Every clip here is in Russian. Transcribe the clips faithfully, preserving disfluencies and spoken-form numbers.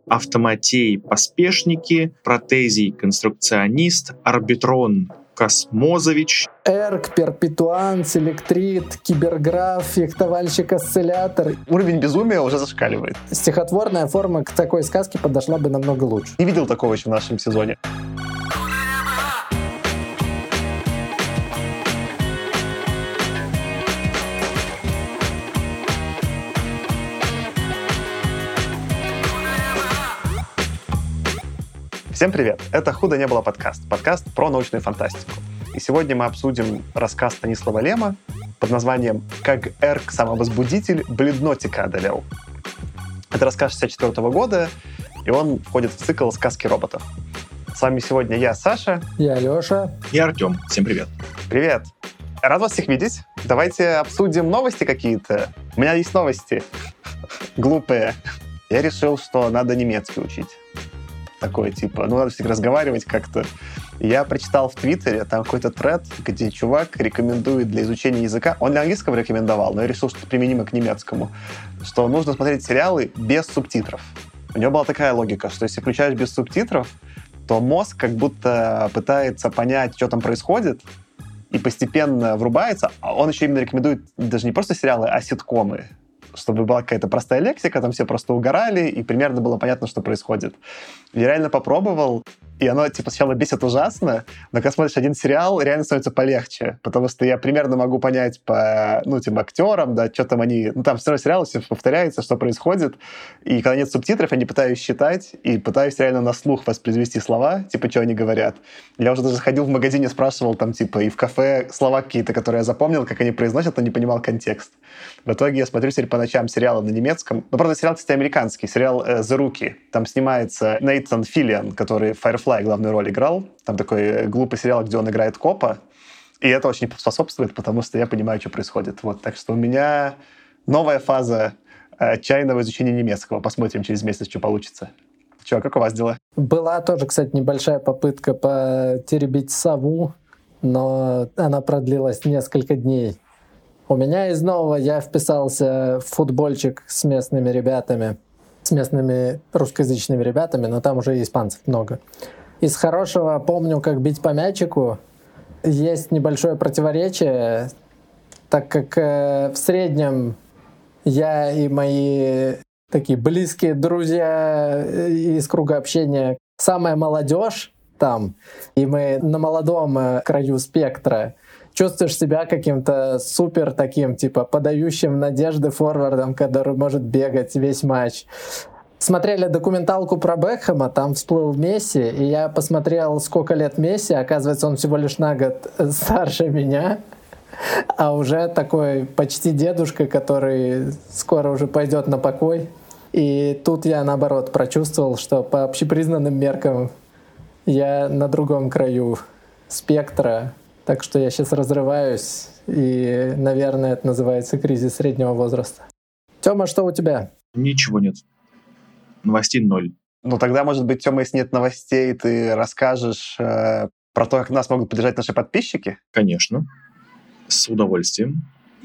Автоматей-поспешники, Протезий-конструкционист, Арбитрон Космозович, Эрк, Перпетуан, Селектрит, Киберграф, Фехтовальщик-осциллятор. Уровень безумия уже зашкаливает. Стихотворная форма к такой сказке подошла бы намного лучше. Не видел такого еще в нашем сезоне. Всем привет! Это «Худо не было» подкаст. Подкаст про научную фантастику. И сегодня мы обсудим рассказ Станислава Лема под названием «Как Эрк-самовозбудитель бледнотика одолел». Это рассказ шестьдесят четвёртого года, и он входит в цикл «Сказки роботов». С вами сегодня я, Саша. Я, Леша. И Артем. Всем привет. Привет. Рад вас всех видеть. Давайте обсудим новости какие-то. У меня есть новости. Глупые. Я решил, что надо немецкий учить. Такое, типа, ну, надо всегда разговаривать как-то. Я прочитал в Твиттере, там какой-то тред, где чувак рекомендует для изучения языка, он для английского рекомендовал, но я решил, что это применимо к немецкому, что нужно смотреть сериалы без субтитров. У него была такая логика, что если включаешь без субтитров, то мозг как будто пытается понять, что там происходит, и постепенно врубается. А он еще именно рекомендует даже не просто сериалы, а ситкомы, чтобы была какая-то простая лексика, там все просто угорали, и примерно было понятно, что происходит. Я реально попробовал, и оно, типа, сначала бесит ужасно, но когда смотришь один сериал, реально становится полегче, потому что я примерно могу понять по, ну, типа, актерам, да, что там они... Ну, там все равно сериал, все повторяется, что происходит, и когда нет субтитров, я не пытаюсь считать, и пытаюсь реально на слух воспроизвести слова, типа, что они говорят. Я уже даже ходил в магазине, спрашивал там, типа, и в кафе слова какие-то, которые я запомнил, как они произносят, но не понимал контекст. В итоге я смотрю теперь по ночам сериалы на немецком. Ну, правда, сериал, кстати, американский. Сериал э, «The Rookie». Там снимается Нейтан Филлиан, который в Firefly главную роль играл. Там такой э, глупый сериал, где он играет копа. И это очень способствует, потому что я понимаю, что происходит. Вот. Так что у меня новая фаза э, отчаянного изучения немецкого. Посмотрим через месяц, что получится. Че, как у вас дела? Была тоже, кстати, небольшая попытка потеребить сову, но она продлилась несколько дней. У меня из нового я вписался в футбольчик с местными ребятами, с местными русскоязычными ребятами, но там уже и испанцев много. Из хорошего помню, как бить по мячику. Есть небольшое противоречие, так как э, в среднем я и мои такие близкие друзья из круга общения, самая молодежь там, и мы на молодом э, краю спектра, чувствуешь себя каким-то супер таким, типа, подающим надежды форвардом, который может бегать весь матч. Смотрели документалку про Бекхэма, там всплыл Месси, и я посмотрел, сколько лет Месси, оказывается, он всего лишь на год старше меня, а уже такой почти дедушка, который скоро уже пойдет на покой. И тут я, наоборот, прочувствовал, что по общепризнанным меркам я на другом краю спектра. Так что я сейчас разрываюсь, и, наверное, это называется кризис среднего возраста. Тёма, что у тебя? Ничего нет. Новостей ноль. Ну, тогда, может быть, Тёма, если нет новостей, ты расскажешь э, про то, как нас могут поддержать наши подписчики? Конечно. С удовольствием.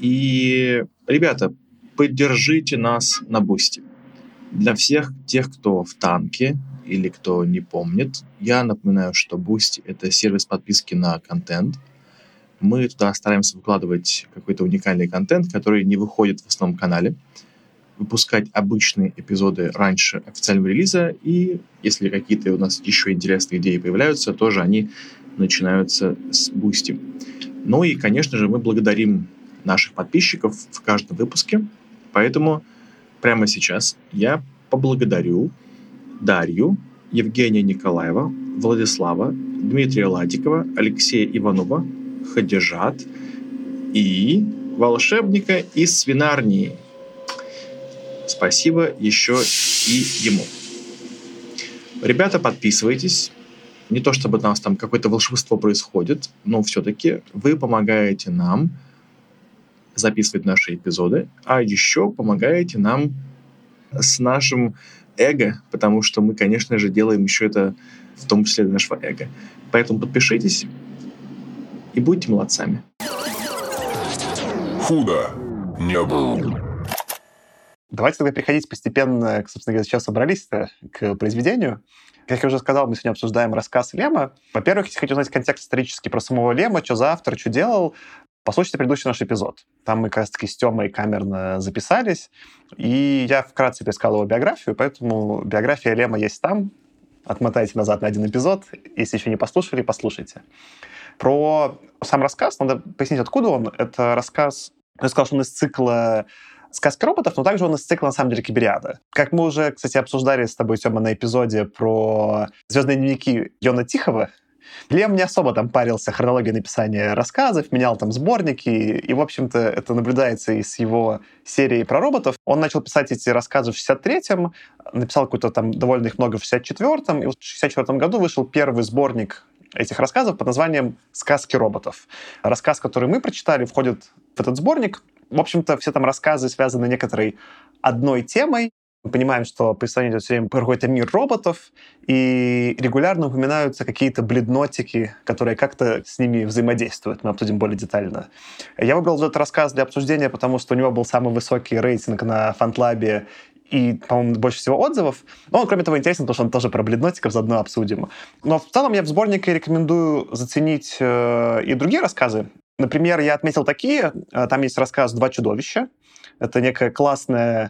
И, ребята, поддержите нас на Бусти. Для всех тех, кто в танке или кто не помнит, я напоминаю, что Бусти — это сервис подписки на контент. Мы туда стараемся выкладывать какой-то уникальный контент, который не выходит в основном канале, выпускать обычные эпизоды раньше официального релиза, и если какие-то у нас еще интересные идеи появляются, тоже они начинаются с Boosty. Ну и, конечно же, мы благодарим наших подписчиков в каждом выпуске, поэтому прямо сейчас я поблагодарю Дарью, Евгения Николаева, Владислава, Дмитрия Ладикова, Алексея Иванова, Хадижат и волшебника из свинарнии. Спасибо еще и ему. Ребята, подписывайтесь. Не то чтобы у нас там какое-то волшебство происходит, но все-таки вы помогаете нам записывать наши эпизоды, а еще помогаете нам с нашим эго, потому что мы, конечно же, делаем еще это в том числе для нашего эго. Поэтому подпишитесь и будьте молодцами. Худо не было. Давайте тогда переходить постепенно, собственно говоря, сейчас собрались к произведению. Как я уже сказал, мы сегодня обсуждаем рассказ Лема. Во-первых, если хотите узнать контекст исторический про самого Лема, что за автор, что делал, послушайте предыдущий наш эпизод. Там мы как раз-таки с Тёмой камерно записались, и я вкратце пересказал его биографию, поэтому биография Лема есть там. Отмотайте назад на один эпизод. Если еще не послушали, послушайте. Про сам рассказ надо пояснить, откуда он. Это рассказ, я сказал, что он из цикла «Сказки роботов», но также он из цикла, на самом деле, «Кибериада». Как мы уже, кстати, обсуждали с тобой, Тёма, на эпизоде про «Звездные дневники» Йона Тихого, Лем не особо там парился хронологией написания рассказов, менял там сборники, и, в общем-то, это наблюдается из его серии про роботов. Он начал писать эти рассказы в шестьдесят третьем, написал какой-то там довольно их много в шестьдесят четвёртом, и в шестьдесят четвёртом году вышел первый сборник этих рассказов под названием «Сказки роботов». Рассказ, который мы прочитали, входит в этот сборник. В общем-то, все там рассказы связаны некоторой одной темой. Мы понимаем, что повествование идет все время про какой-то мир роботов, и регулярно упоминаются какие-то бледнотики, которые как-то с ними взаимодействуют. Мы обсудим более детально. Я выбрал этот рассказ для обсуждения, потому что у него был самый высокий рейтинг на FANTLAB и, по-моему, больше всего отзывов. Но он, кроме того, интересен, потому что он тоже про бледнотиков заодно обсудим. Но в целом я в сборнике рекомендую заценить э, и другие рассказы. Например, я отметил такие. Там есть рассказ «Два чудовища». Это некая классная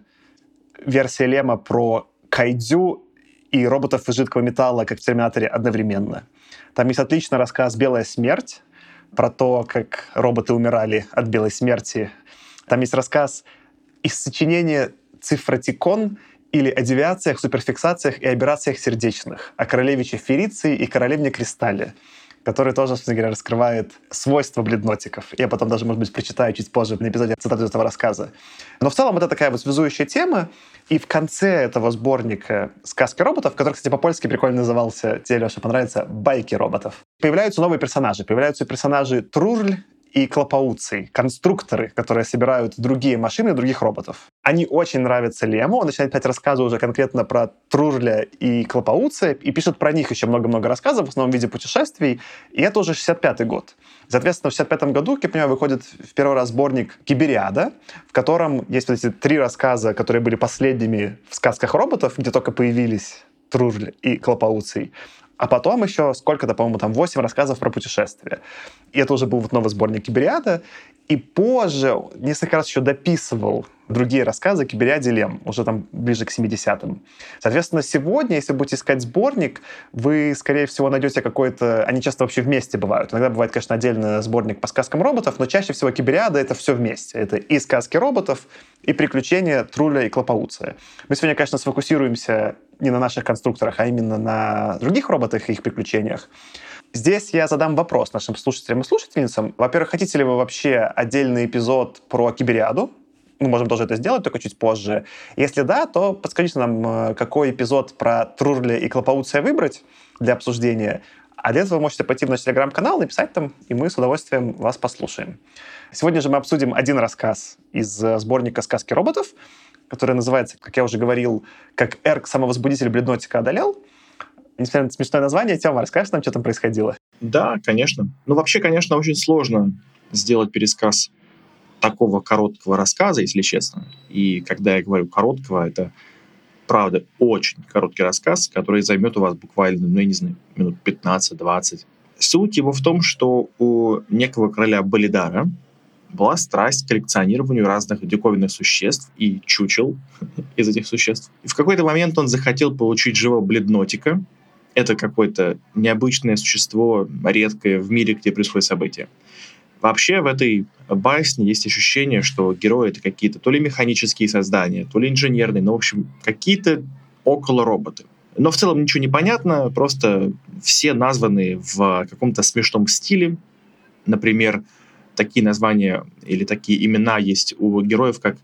версия Лема про кайдзю и роботов из жидкого металла, как в «Терминаторе», одновременно. Там есть отличный рассказ «Белая смерть», про то, как роботы умирали от белой смерти. Там есть рассказ из сочинения «Цифратикон» или о девиациях, суперфиксациях и аберрациях сердечных, о королевиче Фериции и королевне Кристалле, который тоже, собственно говоря, раскрывает свойства бледнотиков. Я потом даже, может быть, прочитаю чуть позже на эпизоде цитату этого рассказа. Но в целом это такая вот связующая тема. И в конце этого сборника «Сказки роботов», который, кстати, по-польски прикольно назывался, тебе, Леша, понравится, «Байки роботов», появляются новые персонажи. Появляются персонажи Трурль и Клопауций, конструкторы, которые собирают другие машины, других роботов. Они очень нравятся Лему. Он начинает писать рассказы уже конкретно про Трурля и Клопауция и пишет про них еще много-много рассказов, в основном в виде путешествий. И это уже шестьдесят пятый год. Соответственно, в шестьдесят пятом году, как я понимаю, выходит в первый раз сборник «Кибериада», в котором есть вот эти три рассказа, которые были последними в сказках роботов, где только появились Трурль и Клопауций. А потом еще сколько-то, по-моему, там восемь рассказов про путешествия. И это уже был вот новый сборник «Кибериада». И позже несколько раз еще дописывал другие рассказы «Кибериаде» Лем, уже там ближе к семидесятым. Соответственно, сегодня, если будете искать сборник, вы, скорее всего, найдете какой-то... Они часто вообще вместе бывают. Иногда бывает, конечно, отдельно сборник по сказкам роботов, но чаще всего «Кибериада» — это все вместе. Это и сказки роботов, и приключения Труля и Клопауция. Мы сегодня, конечно, сфокусируемся не на наших конструкторах, а именно на других роботах и их приключениях. Здесь я задам вопрос нашим слушателям и слушательницам. Во-первых, хотите ли вы вообще отдельный эпизод про Кибериаду? Мы можем тоже это сделать, только чуть позже. Если да, то подскажите нам, какой эпизод про Трурля и Клопауция выбрать для обсуждения. А для этого вы можете пойти в наш телеграм-канал, написать там, и мы с удовольствием вас послушаем. Сегодня же мы обсудим один рассказ из сборника «Сказки роботов», который называется, как я уже говорил, «Как Эрк самовозбудитель бледнотика одолел». Несмотря на смешное название, Тёма, расскажешь нам, что там происходило? Да, конечно. Ну, вообще, конечно, очень сложно сделать пересказ такого короткого рассказа, если честно. И когда я говорю короткого, это, правда, очень короткий рассказ, который займет у вас буквально, ну, я не знаю, минут пятнадцать-двадцать. Суть его в том, что у некого короля Болидара была страсть к коллекционированию разных диковинных существ и чучел из этих существ. И в какой-то момент он захотел получить живого бледнотика. Это какое-то необычное существо, редкое в мире, где происходят события. Вообще в этой басне есть ощущение, что герои — это какие-то то ли механические создания, то ли инженерные, но, в общем, какие-то около роботы. Но в целом ничего не понятно, просто все названы в каком-то смешном стиле. Например, такие названия или такие имена есть у героев, как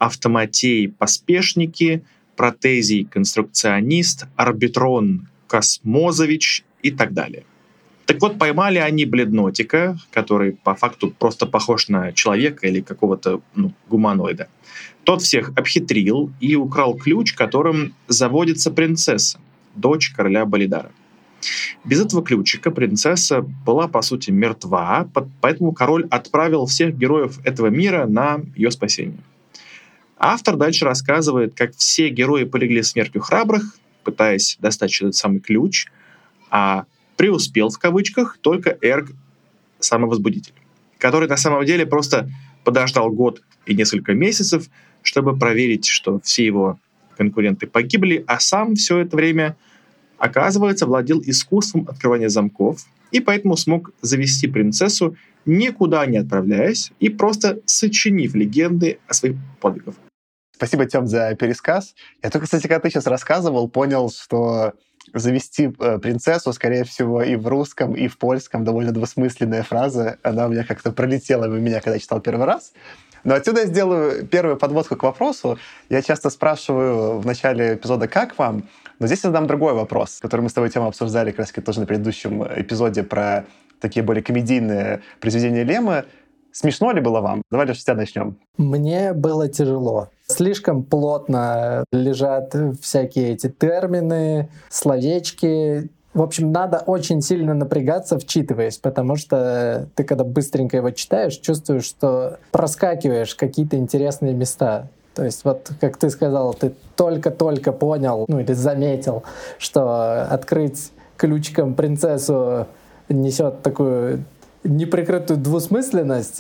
Автоматей-поспешники, Протезий-конструкционист, Арбитрон Космозович и так далее. Так вот, поймали они бледнотика, который по факту просто похож на человека или какого-то ну, гуманоида. Тот всех обхитрил и украл ключ, которым заводится принцесса, дочь короля Болидара. Без этого ключика принцесса была, по сути, мертва, поэтому король отправил всех героев этого мира на ее спасение. Автор дальше рассказывает, как все герои полегли смертью храбрых, пытаясь достать этот самый ключ, а преуспел в кавычках только Эрг, самовозбудитель, который на самом деле просто подождал год и несколько месяцев, чтобы проверить, что все его конкуренты погибли, а сам все это время, оказывается, владел искусством открывания замков и поэтому смог завести принцессу, никуда не отправляясь и просто сочинив легенды о своих подвигах. Спасибо, Тём, за пересказ. Я только, кстати, когда ты сейчас рассказывал, понял, что завести э, принцессу, скорее всего, и в русском, и в польском довольно двусмысленная фраза. Она у меня как-то пролетела мимо меня, когда я читал первый раз. Но отсюда я сделаю первую подводку к вопросу. Я часто спрашиваю в начале эпизода «Как вам?», но здесь я задам другой вопрос, который мы с тобой, Тёма, обсуждали как раз тоже на предыдущем эпизоде про такие более комедийные произведения Лема. Смешно ли было вам? Давай, Леша, с тебя начнем. Мне было тяжело. Слишком плотно лежат всякие эти термины, словечки. В общем, надо очень сильно напрягаться, вчитываясь, потому что ты, когда быстренько его читаешь, чувствуешь, что проскакиваешь какие-то интересные места. То есть вот, как ты сказал, ты только-только понял, ну или заметил, что открыть ключиком принцессу несет такую неприкрытую двусмысленность,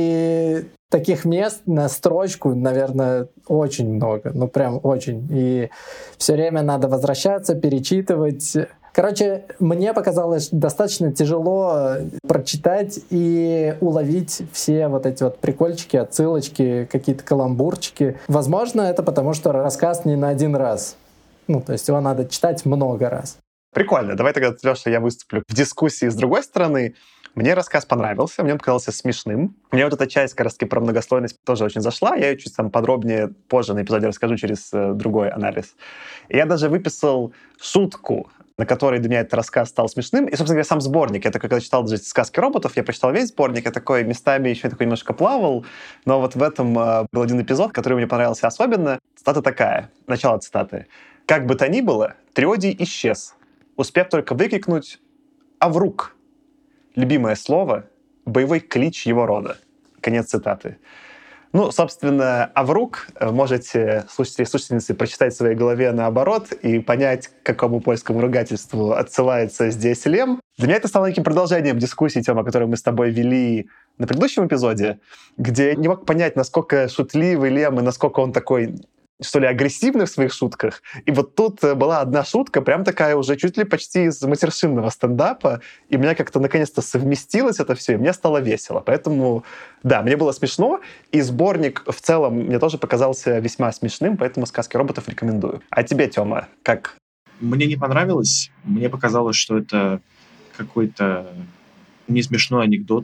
и таких мест на строчку, наверное, очень много, ну прям очень. И все время надо возвращаться, перечитывать. Короче, мне показалось достаточно тяжело прочитать и уловить все вот эти вот прикольчики, отсылочки, какие-то каламбурчики. Возможно, это потому, что рассказ не на один раз. Ну, то есть его надо читать много раз. Прикольно. Давай тогда, Леша, я выступлю в дискуссии с другой стороны. Мне рассказ понравился, мне он показался смешным. Мне вот эта часть, как раз таки, про многослойность тоже очень зашла. Я ее чуть там подробнее позже на эпизоде расскажу через э, другой анализ. И я даже выписал шутку, на которой для меня этот рассказ стал смешным. И, собственно говоря, сам сборник. Я такой, когда читал даже «Сказки роботов», я прочитал весь сборник, я такой местами еще такой немножко плавал. Но вот в этом э, был один эпизод, который мне понравился особенно. Цитата такая, начало цитаты. «Как бы то ни было, Триодий исчез, успев только выкрикнуть «Аврук!» Любимое слово — боевой клич его рода. Конец цитаты. Ну, собственно, Аврук можете, слушатели и слушательницы, прочитать в своей голове наоборот и понять, к какому польскому ругательству отсылается здесь Лем. Для меня это стало неким продолжением дискуссии, Тёма, которую мы с тобой вели на предыдущем эпизоде, где я не мог понять, насколько шутливый Лем и насколько он такой, что ли, агрессивный в своих шутках. И вот тут была одна шутка, прям такая уже чуть ли почти из матершинного стендапа, и у меня как-то наконец-то совместилось это все, и мне стало весело. Поэтому, да, мне было смешно, и сборник в целом мне тоже показался весьма смешным, поэтому «Сказки роботов» рекомендую. А тебе, Тёма, как? Мне не понравилось. Мне показалось, что это какой-то не смешной анекдот.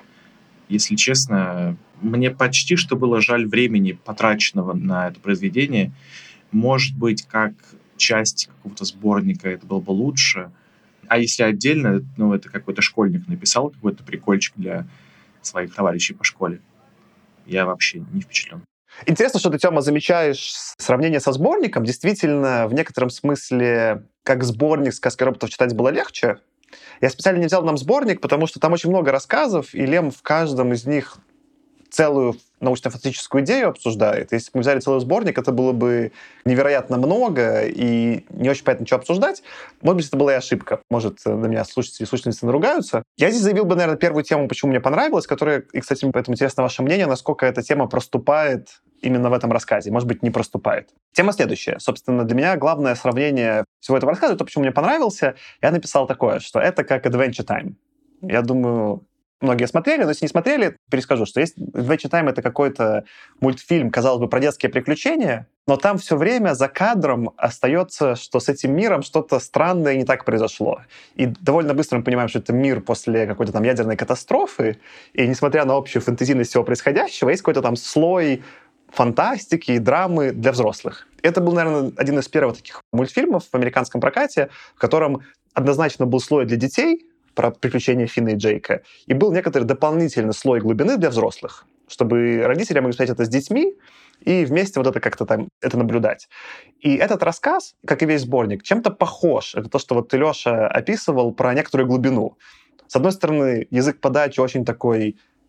Если честно, мне почти что было жаль времени, потраченного на это произведение. Может быть, как часть какого-то сборника это было бы лучше. А если отдельно, ну, это какой-то школьник написал какой-то прикольчик для своих товарищей по школе. Я вообще не впечатлен. Интересно, что ты, Тёма, замечаешь сравнение со сборником. Действительно, в некотором смысле, как сборник «Сказки роботов» читать было легче. Я специально не взял нам сборник, потому что там очень много рассказов, и Лем в каждом из них целую научно-фантастическую идею обсуждает. Если бы мы взяли целый сборник, это было бы невероятно много, и не очень понятно, что обсуждать. Может быть, это была и ошибка. Может, на меня слушатели и слушательницы наругаются. Я здесь заявил бы, наверное, первую тему, почему мне понравилось, которая, и, кстати, поэтому интересно ваше мнение, насколько эта тема проступает именно в этом рассказе. Может быть, не проступает. Тема следующая. Собственно, для меня главное сравнение всего этого рассказа, то, почему мне понравился, я написал такое, что это как Adventure Time. Я думаю, многие смотрели, но если не смотрели, перескажу, что есть Adventure Time — это какой-то мультфильм, казалось бы, про детские приключения, но там все время за кадром остается, что с этим миром что-то странное не так произошло. И довольно быстро мы понимаем, что это мир после какой-то там ядерной катастрофы, и несмотря на общую фэнтезийность всего происходящего, есть какой-то там слой фантастики и драмы для взрослых. Это был, наверное, один из первых таких мультфильмов в американском прокате, в котором однозначно был слой для детей про приключения Финна и Джейка, и был некоторый дополнительный слой глубины для взрослых, чтобы родители могли смотреть это с детьми и вместе вот это как-то там это наблюдать. И этот рассказ, как и весь сборник, чем-то похож. Это то, что вот ты, Леша, описывал про некоторую глубину. С одной стороны, язык подачи очень такой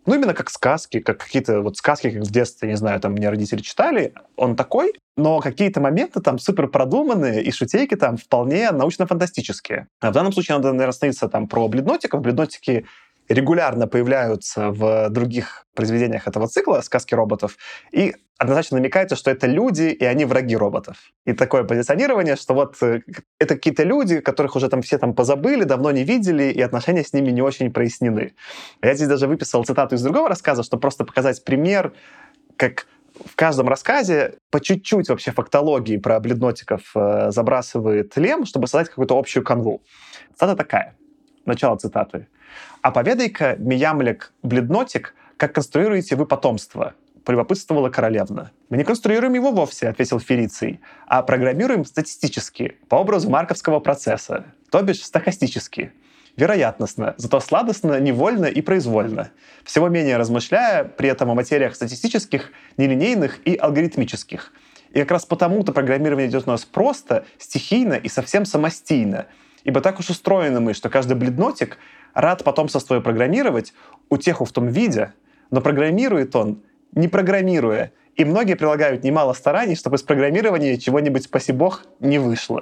ну, именно как сказки, как какие-то вот сказки, как в детстве, не знаю, там мне родители читали, он такой, но какие-то моменты там супер продуманные, и шутейки там вполне научно-фантастические. А в данном случае надо, наверное, остановиться там про бледнотиков. Бледнотики регулярно появляются в других произведениях этого цикла «Сказки роботов», и однозначно намекается, что это люди, и они враги роботов. И такое позиционирование, что вот это какие-то люди, которых уже там все там позабыли, давно не видели, и отношения с ними не очень прояснены. Я здесь даже выписал цитату из другого рассказа, чтобы просто показать пример, как в каждом рассказе по чуть-чуть вообще фактологии про бледнотиков э, забрасывает Лем, чтобы создать какую-то общую канву. Цитата такая. Начало цитаты. «А поведай-ка, Миямлек Бледнотик, как конструируете вы потомство?» — полюбопытствовала королевна. «Мы не конструируем его вовсе», — ответил Фериций, «а программируем статистически, по образу марковского процесса, то бишь стохастически. Вероятностно, зато сладостно, невольно и произвольно, всего менее размышляя при этом о материях статистических, нелинейных и алгоритмических. И как раз потому-то программирование идет у нас просто, стихийно и совсем самостийно, ибо так уж устроены мы, что каждый бледнотик рад потомство свое программировать, утеху в том виде, но программирует он, не программируя, и многие прилагают немало стараний, чтобы из программирования чего-нибудь, спаси бог, не вышло».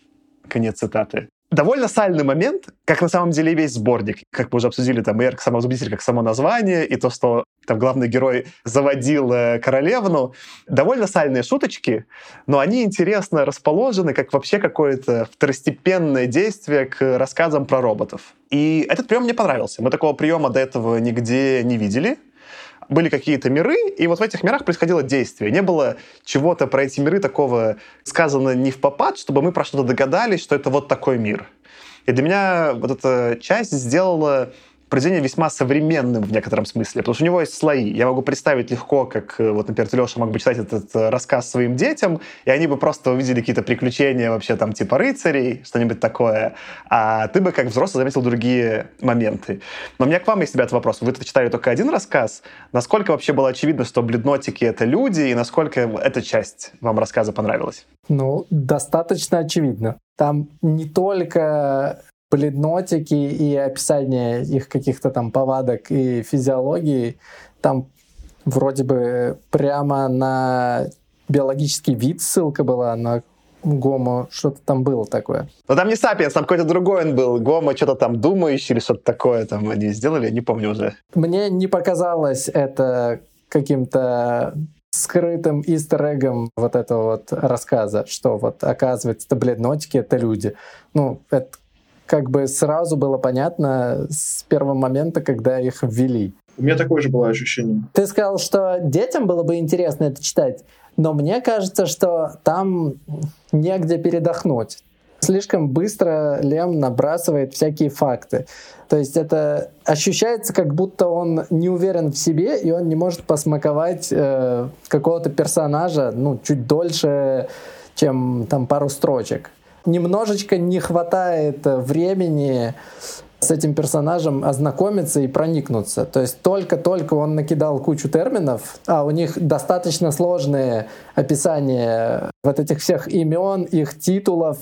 Конец цитаты. Довольно сальный момент, как на самом деле весь сборник. Как мы уже обсудили, там, и «Эрк-самовозбудитель» как само название, и то, что там главный герой заводил э, королевну. Довольно сальные шуточки, но они интересно расположены, как вообще какое-то второстепенное действие к рассказам про роботов. И этот прием мне понравился. Мы такого приема до этого нигде не видели. Были какие-то миры, и вот в этих мирах происходило действие. Не было чего-то про эти миры такого сказано не впопад, чтобы мы про что-то догадались, что это вот такой мир. И для меня вот эта часть сделала произведение весьма современным в некотором смысле, потому что у него есть слои. Я могу представить легко, как, вот, например, Леша мог бы читать этот рассказ своим детям, и они бы просто увидели какие-то приключения вообще там типа рыцарей, что-нибудь такое, а ты бы как взрослый заметил другие моменты. Но у меня к вам есть, ребята, вопрос. Вы читали только один рассказ. Насколько вообще было очевидно, что бледнотики — это люди, и насколько эта часть вам рассказа понравилась? Ну, достаточно очевидно. Там не только бледнотики и описание их каких-то там повадок и физиологии, там вроде бы прямо на биологический вид ссылка была, на гомо, что-то там было такое. Но там не сапиенс, там какой-то другой он был, гомо, что-то там думающий или что-то такое там они сделали, я не помню уже. Мне не показалось это каким-то скрытым истер-эгом вот этого вот рассказа, что вот оказывается бледнотики — это люди. Ну, это как бы сразу было понятно с первого момента, когда их ввели. У меня такое же было ощущение. Ты сказал, что детям было бы интересно это читать, но мне кажется, что там негде передохнуть. Слишком быстро Лем набрасывает всякие факты. То есть это ощущается, как будто он не уверен в себе, и он не может посмаковать э, какого-то персонажа ну, чуть дольше, чем там пару строчек. Немножечко не хватает времени с этим персонажем ознакомиться и проникнуться. То есть только-только он накидал кучу терминов, а у них достаточно сложные описания вот этих всех имен, их титулов,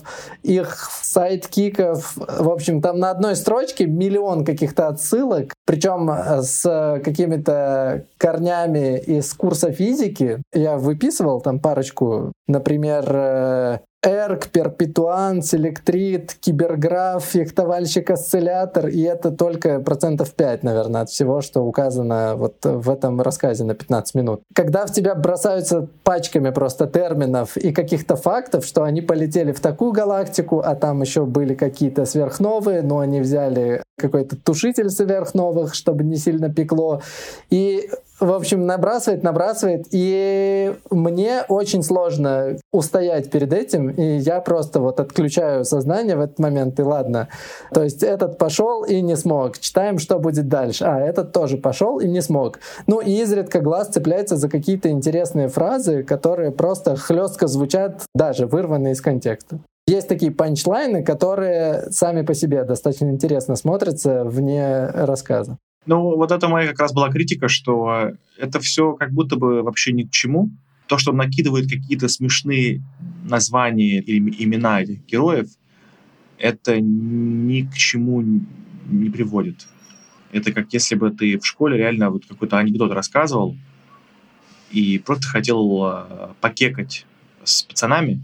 их сайдкиков. В общем, там на одной строчке миллион каких-то отсылок, причем с какими-то корнями из курса физики. Я выписывал там парочку, например, Эрк, перпетуан, селектрит, киберграф, фехтовальщик-осциллятор, и это только процентов пять, наверное, от всего, что указано вот в этом рассказе на пятнадцать минут. Когда в тебя бросаются пачками просто терминов и каких-то фактов, что они полетели в такую галактику, а там еще были какие-то сверхновые, но они взяли какой-то тушитель сверхновых, чтобы не сильно пекло, и в общем, набрасывает, набрасывает, и мне очень сложно устоять перед этим, и я просто вот отключаю сознание в этот момент, и ладно. То есть этот пошел и не смог. Читаем, что будет дальше. А, этот тоже пошел и не смог. Ну и изредка глаз цепляется за какие-то интересные фразы, которые просто хлестко звучат, даже вырванные из контекста. Есть такие панчлайны, которые сами по себе достаточно интересно смотрятся вне рассказа. Ну, вот это моя как раз была критика, что это все как будто бы вообще ни к чему. То, что он накидывает какие-то смешные названия или имена этих героев, это ни к чему не приводит. Это как если бы ты в школе реально вот какой-то анекдот рассказывал и просто хотел э, покекать с пацанами,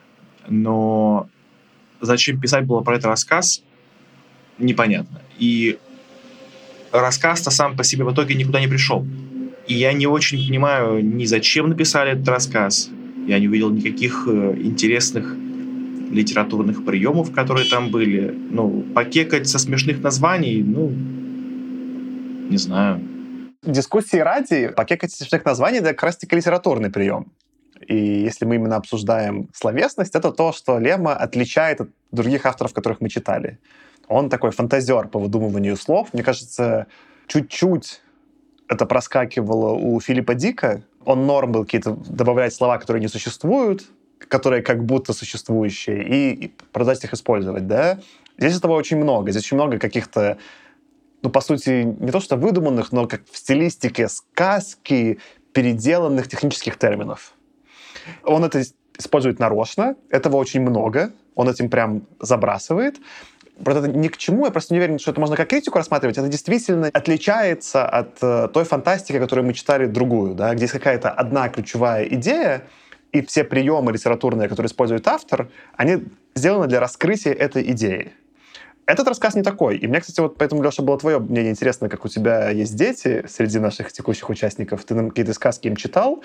но зачем писать было про этот рассказ, непонятно. И рассказ-то сам по себе в итоге никуда не пришел. И я не очень понимаю, ни зачем написали этот рассказ. Я не увидел никаких э, интересных литературных приемов, которые там были. Ну, покекать со смешных названий, ну, не знаю. Дискуссии ради, покекать со смешных названий — это как раз-таки литературный прием. И если мы именно обсуждаем словесность, это то, что Лема отличает от других авторов, которых мы читали. Он такой фантазер по выдумыванию слов. Мне кажется, чуть-чуть это проскакивало у Филиппа Дика. Он норм был какие-то добавлять слова, которые не существуют, которые как будто существующие, и, и продолжать их использовать, да? Здесь этого очень много. Здесь очень много каких-то, ну, по сути, не то что выдуманных, но как в стилистике сказки переделанных технических терминов. Он это использует нарочно, этого очень много, он этим прям забрасывает. Правда, это ни к чему, я просто не уверен, что это можно как критику рассматривать. Это действительно отличается от э, той фантастики, которую мы читали другую, да, где есть какая-то одна ключевая идея, и все приемы литературные, которые использует автор, они сделаны для раскрытия этой идеи. Этот рассказ не такой. И мне, кстати, вот поэтому, Леша, было твое мнение интересно, как у тебя есть дети среди наших текущих участников. Ты нам какие-то сказки им читал.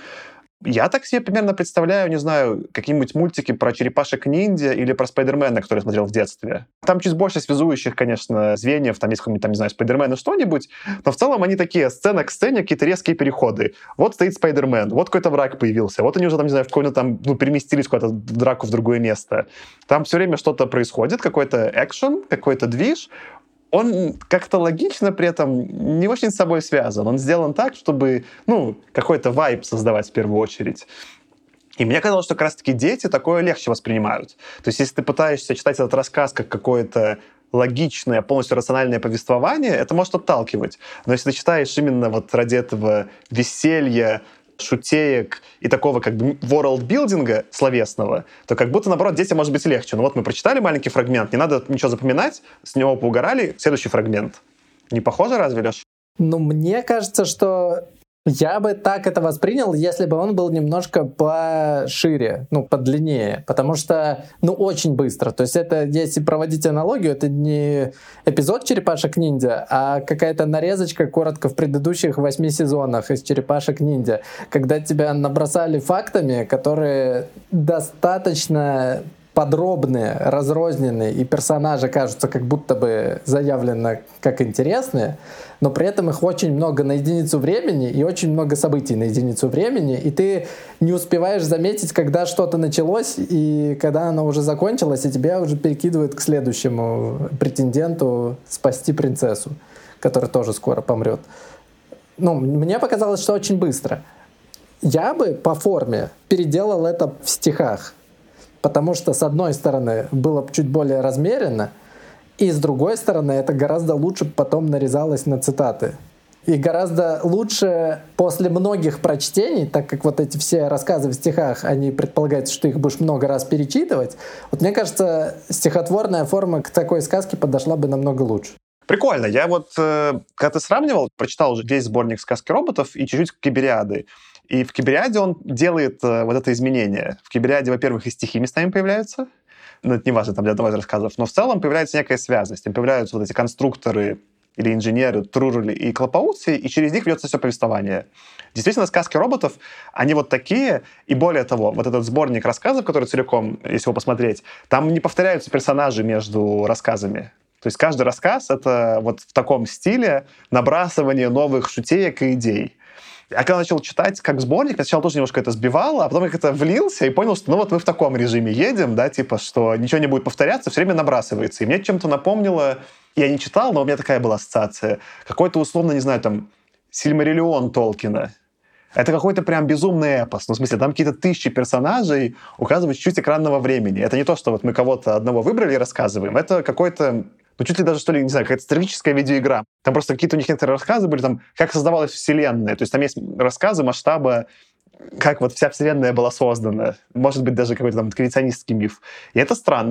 Я так себе примерно представляю, не знаю, какие-нибудь мультики про черепашек-ниндзя или про Спайдермена, который я смотрел в детстве. Там чуть больше связующих, конечно, звеньев, там есть какой-нибудь, там, не знаю, Спайдермен и что-нибудь, но в целом они такие, сцена к сцене, какие-то резкие переходы. Вот стоит Спайдермен, вот какой-то враг появился, вот они уже, там, не знаю, в какой-то там, ну, переместились куда-то в драку в другое место. Там все время что-то происходит, какой-то экшен, какой-то движ. Он как-то логично при этом не очень с собой связан. Он сделан так, чтобы, ну, какой-то вайб создавать в первую очередь. И мне казалось, что как раз-таки дети такое легче воспринимают. То есть если ты пытаешься читать этот рассказ как какое-то логичное, полностью рациональное повествование, это может отталкивать. Но если ты читаешь именно вот ради этого веселья, шутеек и такого как бы ворлдбилдинга словесного, то как будто, наоборот, детям может быть легче. Ну вот мы прочитали маленький фрагмент, не надо ничего запоминать, с него поугорали, следующий фрагмент. Не похоже разве, Леш? Ну, мне кажется, что я бы так это воспринял, если бы он был немножко пошире, ну, подлиннее, потому что, ну, очень быстро. То есть это, если проводить аналогию, это не эпизод «Черепашек-ниндзя», а какая-то нарезочка коротко в предыдущих восьми сезонах из «Черепашек-ниндзя», когда тебя набросали фактами, которые достаточно подробные, разрозненные, и персонажи кажутся как будто бы заявлено как интересные, но при этом их очень много на единицу времени и очень много событий на единицу времени, и ты не успеваешь заметить, когда что-то началось и когда оно уже закончилось, и тебя уже перекидывают к следующему претенденту спасти принцессу, которая тоже скоро помрет. Ну, мне показалось, что очень быстро. Я бы по форме переделал это в стихах, потому что, с одной стороны, было чуть более размеренно, и с другой стороны, это гораздо лучше потом нарезалось на цитаты. И гораздо лучше после многих прочтений, так как вот эти все рассказы в стихах, они предполагаются, что их будешь много раз перечитывать, вот мне кажется, стихотворная форма к такой сказке подошла бы намного лучше. Прикольно. Я вот, э, когда ты сравнивал, прочитал уже весь сборник «Сказки роботов» и чуть-чуть «Кибериады». И в «Кибериаде» он делает э, вот это изменение. В «Кибериаде», во-первых, и стихи местами появляются. Ну, это не важно там для одного из рассказов. Но в целом появляется некая связность. Там появляются вот эти конструкторы или инженеры, Трурули и Клопауци, и через них ведется все повествование. Действительно, «Сказки роботов», они вот такие, и более того, вот этот сборник рассказов, который целиком, если его посмотреть, там не повторяются персонажи между рассказами. То есть каждый рассказ — это вот в таком стиле набрасывание новых шутеек и идей. Я когда начал читать как сборник, я сначала тоже немножко это сбивало, а потом я как-то влился и понял, что ну вот мы в таком режиме едем, да, типа, что ничего не будет повторяться, все время набрасывается. И мне чем-то напомнило, я не читал, но у меня такая была ассоциация, какой-то условно, не знаю, там, Сильмариллион Толкина. Это какой-то прям безумный эпос. Ну, в смысле, там какие-то тысячи персонажей, указывают чуть-чуть экранного времени. Это не то, что вот мы кого-то одного выбрали и рассказываем. Это какой-то, ну, чуть ли даже, что ли, не знаю, какая-то стратегическая видеоигра. Там просто какие-то у них некоторые рассказы были, там, как создавалась Вселенная. То есть там есть рассказы масштаба, как вот вся Вселенная была создана. Может быть, даже какой-то там креационистский миф. И это странно.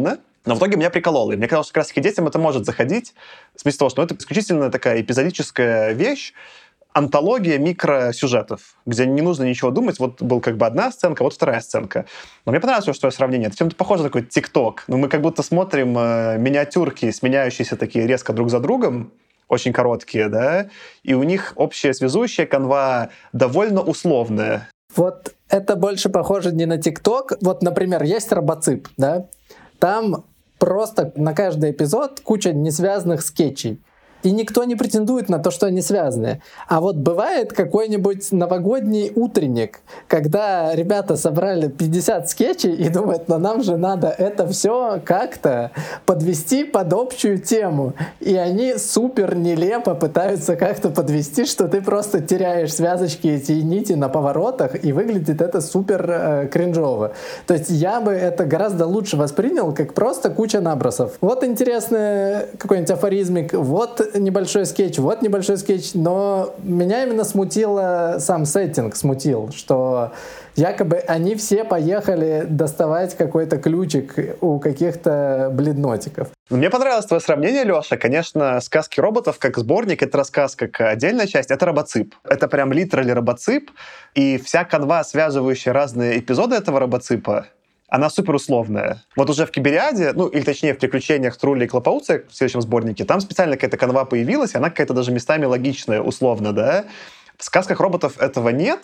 Но в итоге меня прикололо. И мне казалось, что как раз-таки детям это может заходить. В смысле того, что ну, это исключительно такая эпизодическая вещь, антология микросюжетов, где не нужно ничего думать. Вот был как бы одна сценка, вот вторая сценка. Но мне понравилось что сравнение. Это чем-то похоже на такой ТикТок. Ну, мы как будто смотрим э, миниатюрки, сменяющиеся такие резко друг за другом, очень короткие, да, и у них общая связующая канва довольно условная. Вот это больше похоже не на ТикТок. Вот, например, есть робоцип, да, там просто на каждый эпизод куча несвязанных скетчей. И никто не претендует на то, что они связаны. А вот бывает какой-нибудь новогодний утренник, когда ребята собрали пятьдесят скетчей и думают, но нам же надо это все как-то подвести под общую тему. И они супер нелепо пытаются как-то подвести, что ты просто теряешь связочки эти нити на поворотах, и выглядит это супер э, кринжово. То есть я бы это гораздо лучше воспринял, как просто куча набросов. Вот интересный какой-нибудь афоризмик, вот небольшой скетч, вот небольшой скетч, но меня именно смутило, сам сеттинг смутил, что якобы они все поехали доставать какой-то ключик у каких-то бледнотиков. Мне понравилось твое сравнение, Леша. Конечно, «Сказки роботов» как сборник, это рассказ как отдельная часть, это робоцип. Это прям литерали робоцип, и вся канва, связывающая разные эпизоды этого робоципа, она супер условная. Вот уже в «Кибериаде», ну, или точнее в «Приключениях Трулли и Клопауца» в следующем сборнике, там специально какая-то канва появилась, и она какая-то даже местами логичная, условно, да. В «Сказках роботов» этого нет.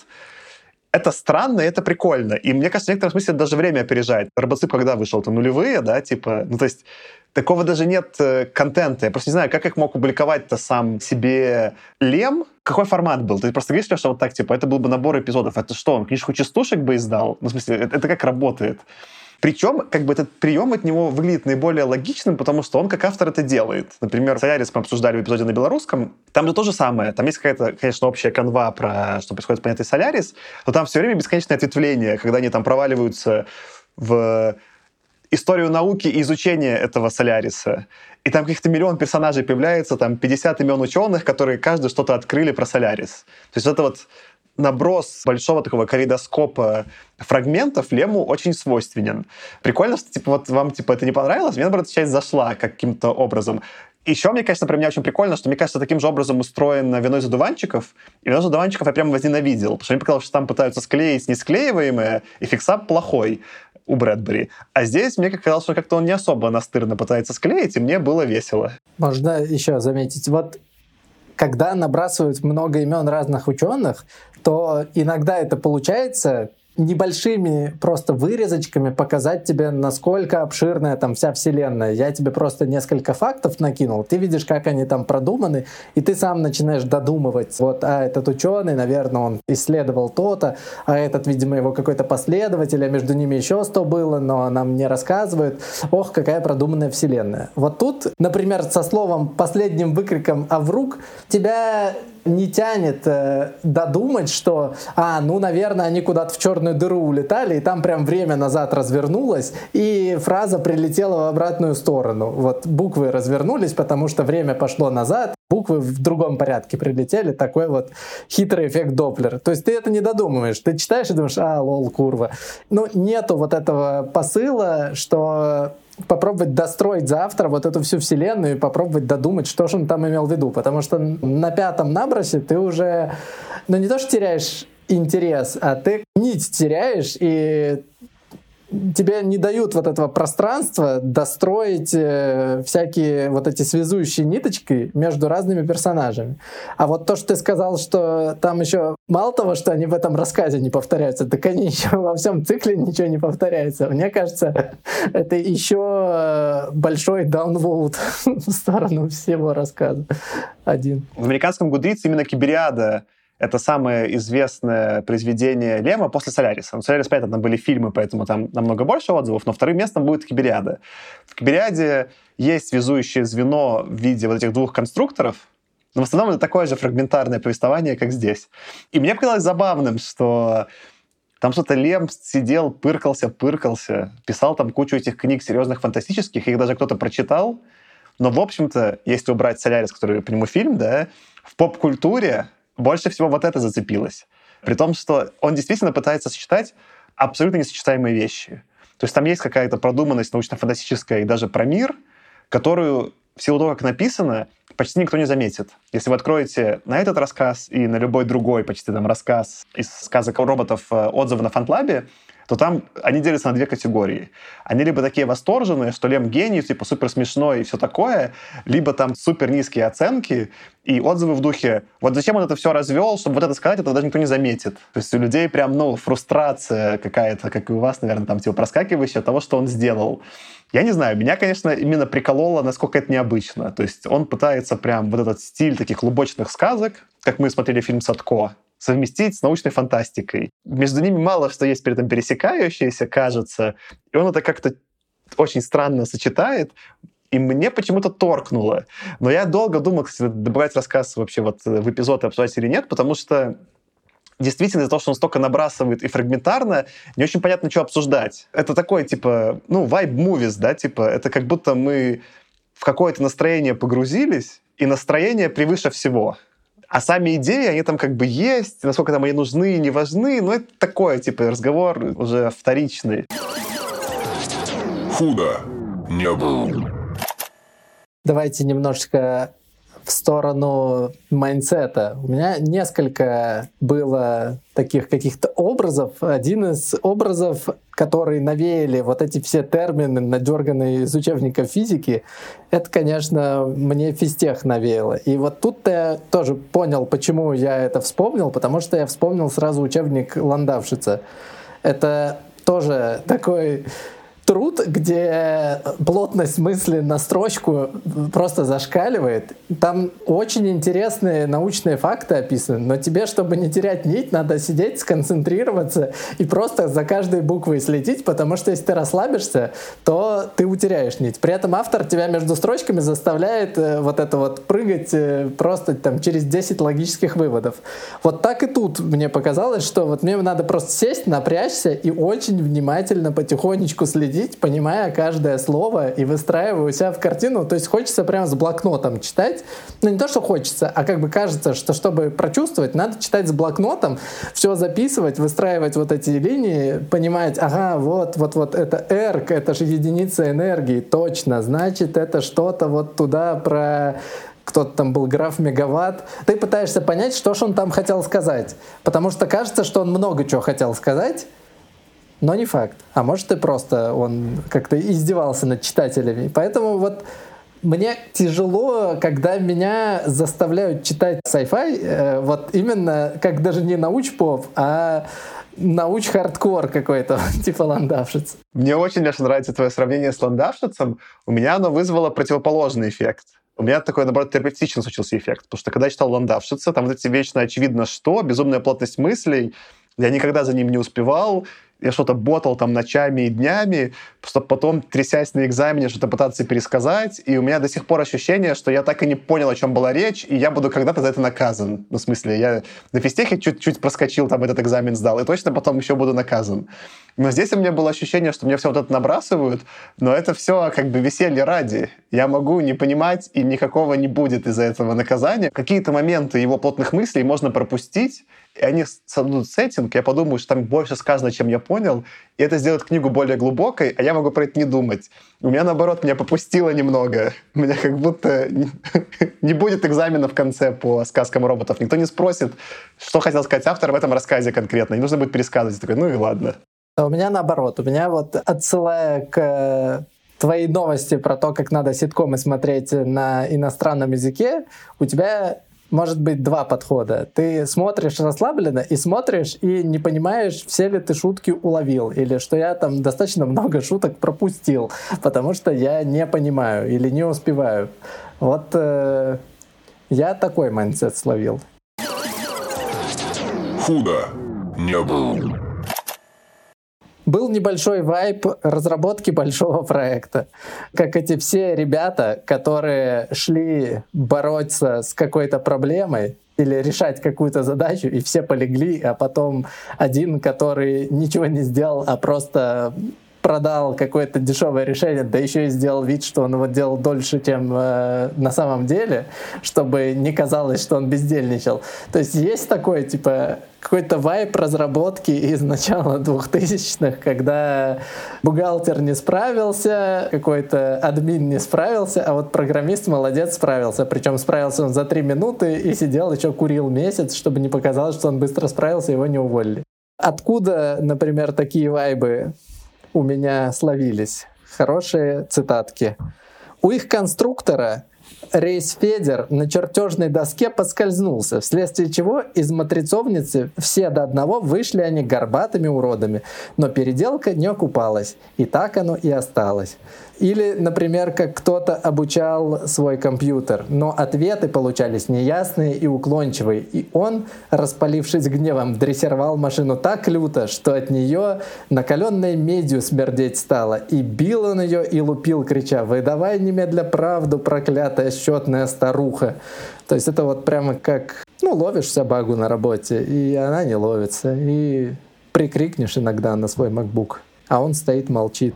Это странно, и это прикольно. И мне кажется, в некотором смысле даже время опережает. Робоцип когда вышел? Там нулевые, да, типа, ну, то есть такого даже нет э, контента. Я просто не знаю, как их мог публиковать-то сам себе Лем. Какой формат был? Ты просто говоришь, что вот так, типа, это был бы набор эпизодов. Это что, он книжку частушек бы издал? Ну, в смысле, это, это как работает? Причем, как бы, этот прием от него выглядит наиболее логичным, потому что он как автор это делает. Например, «Солярис» мы обсуждали в эпизоде на белорусском. Там же то же самое. Там есть какая-то, конечно, общая канва про что происходит с планетой Солярис, но там все время бесконечное ответвление, когда они там проваливаются в историю науки и изучения этого Соляриса. И там каких-то миллион персонажей появляется, там пятьдесят имен ученых, которые каждый что-то открыли про Солярис. То есть это вот наброс большого такого калейдоскопа фрагментов Лему очень свойственен. Прикольно, что типа, вот вам типа, это не понравилось, мне, наоборот, эта часть зашла каким-то образом. Еще, мне кажется, про меня очень прикольно, что, мне кажется, таким же образом устроен «Вино из одуванчиков». И «Вино из одуванчиков» я прямо возненавидел, потому что мне показалось, что там пытаются склеить несклеиваемое, и фиксап плохой у Брэдбери. А здесь мне казалось, что как-то он не особо настырно пытается склеить, и мне было весело. Можно еще заметить, вот когда набрасывают много имен разных ученых, то иногда это получается небольшими просто вырезочками показать тебе, насколько обширная там вся вселенная. Я тебе просто несколько фактов накинул, ты видишь, как они там продуманы, и ты сам начинаешь додумывать. Вот, а этот ученый, наверное, он исследовал то-то, а этот, видимо, его какой-то последователь, а между ними еще сто было, но нам не рассказывают. Ох, какая продуманная вселенная. Вот тут, например, со словом, последним выкриком «Аврук» тебя не тянет э, додумать, что, а, ну, наверное, они куда-то в черную дыру улетали, и там прям время назад развернулось, и фраза прилетела в обратную сторону. Вот буквы развернулись, потому что время пошло назад, буквы в другом порядке прилетели, такой вот хитрый эффект Доплера. То есть ты это не додумываешь, ты читаешь и думаешь, а, лол, курва. Ну, нету вот этого посыла, что попробовать достроить завтра вот эту всю вселенную и попробовать додумать, что же он там имел в виду. Потому что на пятом набросе ты уже, ну не то что теряешь интерес, а ты нить теряешь, и тебе не дают вот этого пространства достроить э, всякие вот эти связующие ниточки между разными персонажами. А вот то, что ты сказал, что там еще мало того, что они в этом рассказе не повторяются, так они еще во всем цикле ничего не повторяется. Мне кажется, это еще большой даунвоут в сторону всего рассказа. Один. В американском Goodreads именно «Кибериада» — это самое известное произведение Лема после «Соляриса». Ну, «Солярис», понятно, там были фильмы, поэтому там намного больше отзывов, но вторым местом будет «Кибериада». В «Кибериаде» есть связующее звено в виде вот этих двух конструкторов, но в основном это такое же фрагментарное повествование, как здесь. И мне показалось забавным, что там что-то Лем сидел, пыркался, пыркался, писал там кучу этих книг серьезных, фантастических, их даже кто-то прочитал, но, в общем-то, если убрать «Солярис», который по нему фильм, да, в поп-культуре больше всего вот это зацепилось. При том, что он действительно пытается сочетать абсолютно несочетаемые вещи. То есть там есть какая-то продуманность научно-фантастическая и даже про мир, которую в силу того, как написано, почти никто не заметит. Если вы откроете на этот рассказ и на любой другой почти там рассказ из сказок роботов отзывы на Фантлабе, то там они делятся на две категории. Они либо такие восторженные, что Лем гений, типа супер смешной и все такое, либо там супер низкие оценки и отзывы в духе «Вот зачем он это все развел, чтобы вот это сказать, это даже никто не заметит». То есть у людей прям, ну, фрустрация какая-то, как и у вас, наверное, там типа проскакивающая от того, что он сделал. Я не знаю, меня, конечно, именно прикололо, насколько это необычно. То есть он пытается прям вот этот стиль таких лубочных сказок, как мы смотрели фильм «Садко», совместить с научной фантастикой. Между ними мало что есть при этом пересекающееся, кажется, и он это как-то очень странно сочетает, и мне почему-то торкнуло. Но я долго думал, кстати, добавлять рассказ вообще вот в эпизод и обсуждать или нет, потому что действительно из-за того, что он столько набрасывает и фрагментарно, не очень понятно, что обсуждать. Это такой, типа, ну, vibe-movies, да, типа, это как будто мы в какое-то настроение погрузились, и настроение превыше всего. А сами идеи, они там как бы есть, насколько там они нужны и не важны, но это такое, типа, разговор уже вторичный. Худо не было. Давайте немножечко в сторону майндсета. У меня несколько было таких каких-то образов. Один из образов, которые навеяли вот эти все термины, надерганные из учебника физики, это, конечно, мне физтех навеяло. И вот тут я тоже понял, почему я это вспомнил, потому что я вспомнил сразу учебник Ландавшица. Это тоже такой труд, где плотность мысли на строчку просто зашкаливает. Там очень интересные научные факты описаны, но тебе, чтобы не терять нить, надо сидеть, сконцентрироваться и просто за каждой буквой следить, потому что если ты расслабишься, то ты утеряешь нить. При этом автор тебя между строчками заставляет вот это вот прыгать просто там через десять логических выводов. Вот так и тут мне показалось, что вот мне надо просто сесть, напрячься и очень внимательно, потихонечку следить, понимая каждое слово и выстраивая у себя в картину. То есть хочется прямо с блокнотом читать. Ну, не то, что хочется, а как бы кажется, что чтобы прочувствовать, надо читать с блокнотом, все записывать, выстраивать вот эти линии, понимать, ага, вот, вот, вот, это R, это же единица энергии, точно, значит, это что-то вот туда про... кто-то там был граф мегаватт, ты пытаешься понять, что же он там хотел сказать. Потому что кажется, что он много чего хотел сказать, но не факт. А может, и просто он как-то издевался над читателями. Поэтому вот мне тяжело, когда меня заставляют читать sci-fi, э, вот именно как даже не науч-поп, а науч-хардкор какой-то, типа Ландавшиц. Мне очень, Леша, нравится твое сравнение с Ландавшицем. У меня оно вызвало противоположный эффект. У меня такой, наоборот, терапевтичный случился эффект. Потому что когда я читал Ландавшица, там вот эти вечно очевидно что, безумная плотность мыслей, я никогда за ним не успевал, я что-то ботал там ночами и днями, чтобы потом, трясясь на экзамене, что-то пытаться пересказать, и у меня до сих пор ощущение, что я так и не понял, о чем была речь, и я буду когда-то за это наказан. Ну, в смысле, я на физтехе чуть-чуть проскочил, там этот экзамен сдал, и точно потом еще буду наказан. Но здесь у меня было ощущение, что мне все вот это набрасывают, но это все как бы веселье ради. Я могу не понимать, и никакого не будет из-за этого наказания. Какие-то моменты его плотных мыслей можно пропустить, и они создадут сеттинг, я подумаю, что там больше сказано, чем я понял, и это сделает книгу более глубокой, а я могу про это не думать. У меня, наоборот, меня попустило немного. У меня как будто не будет экзамена в конце по сказкам роботов. Никто не спросит, что хотел сказать автор в этом рассказе конкретно. Не нужно будет пересказывать. Я такой, ну и ладно. У меня наоборот. У меня вот, отсылая к твоей новости про то, как надо ситкомы смотреть на иностранном языке, у тебя может быть два подхода. Ты смотришь расслабленно и смотришь, и не понимаешь, все ли ты шутки уловил, или что я там достаточно много шуток пропустил, потому что я не понимаю или не успеваю. Вот э, я такой майндсет словил. Худо не было. Был небольшой вайб разработки большого проекта. Как эти все ребята, которые шли бороться с какой-то проблемой или решать какую-то задачу, и все полегли, а потом один, который ничего не сделал, а просто продал какое-то дешевое решение, да еще и сделал вид, что он его делал дольше, чем э, на самом деле, чтобы не казалось, что он бездельничал. То есть есть такое, типа, какой-то вайб разработки из начала двухтысячных, когда бухгалтер не справился, какой-то админ не справился, а вот программист молодец, справился. Причем справился он за три минуты и сидел, еще курил месяц, чтобы не показалось, что он быстро справился, его не уволили. Откуда, например, такие вайбы у меня словились? Хорошие цитатки. У их конструктора рейс-федер на чертежной доске поскользнулся, вследствие чего из матрицовницы все до одного вышли они горбатыми уродами, но переделка не окупалась, и так оно и осталось. Или, например, как кто-то обучал свой компьютер, но ответы получались неясные и уклончивые, и он, распалившись гневом, дрессировал машину так люто, что от нее накаленной медью смердеть стало, и бил он ее и лупил, крича: «Выдавай немедля правду, проклятая счетная старуха!» То есть это вот прямо как, ну, ловишь собаку на работе, и она не ловится, и прикрикнешь иногда на свой MacBook, а он стоит, молчит.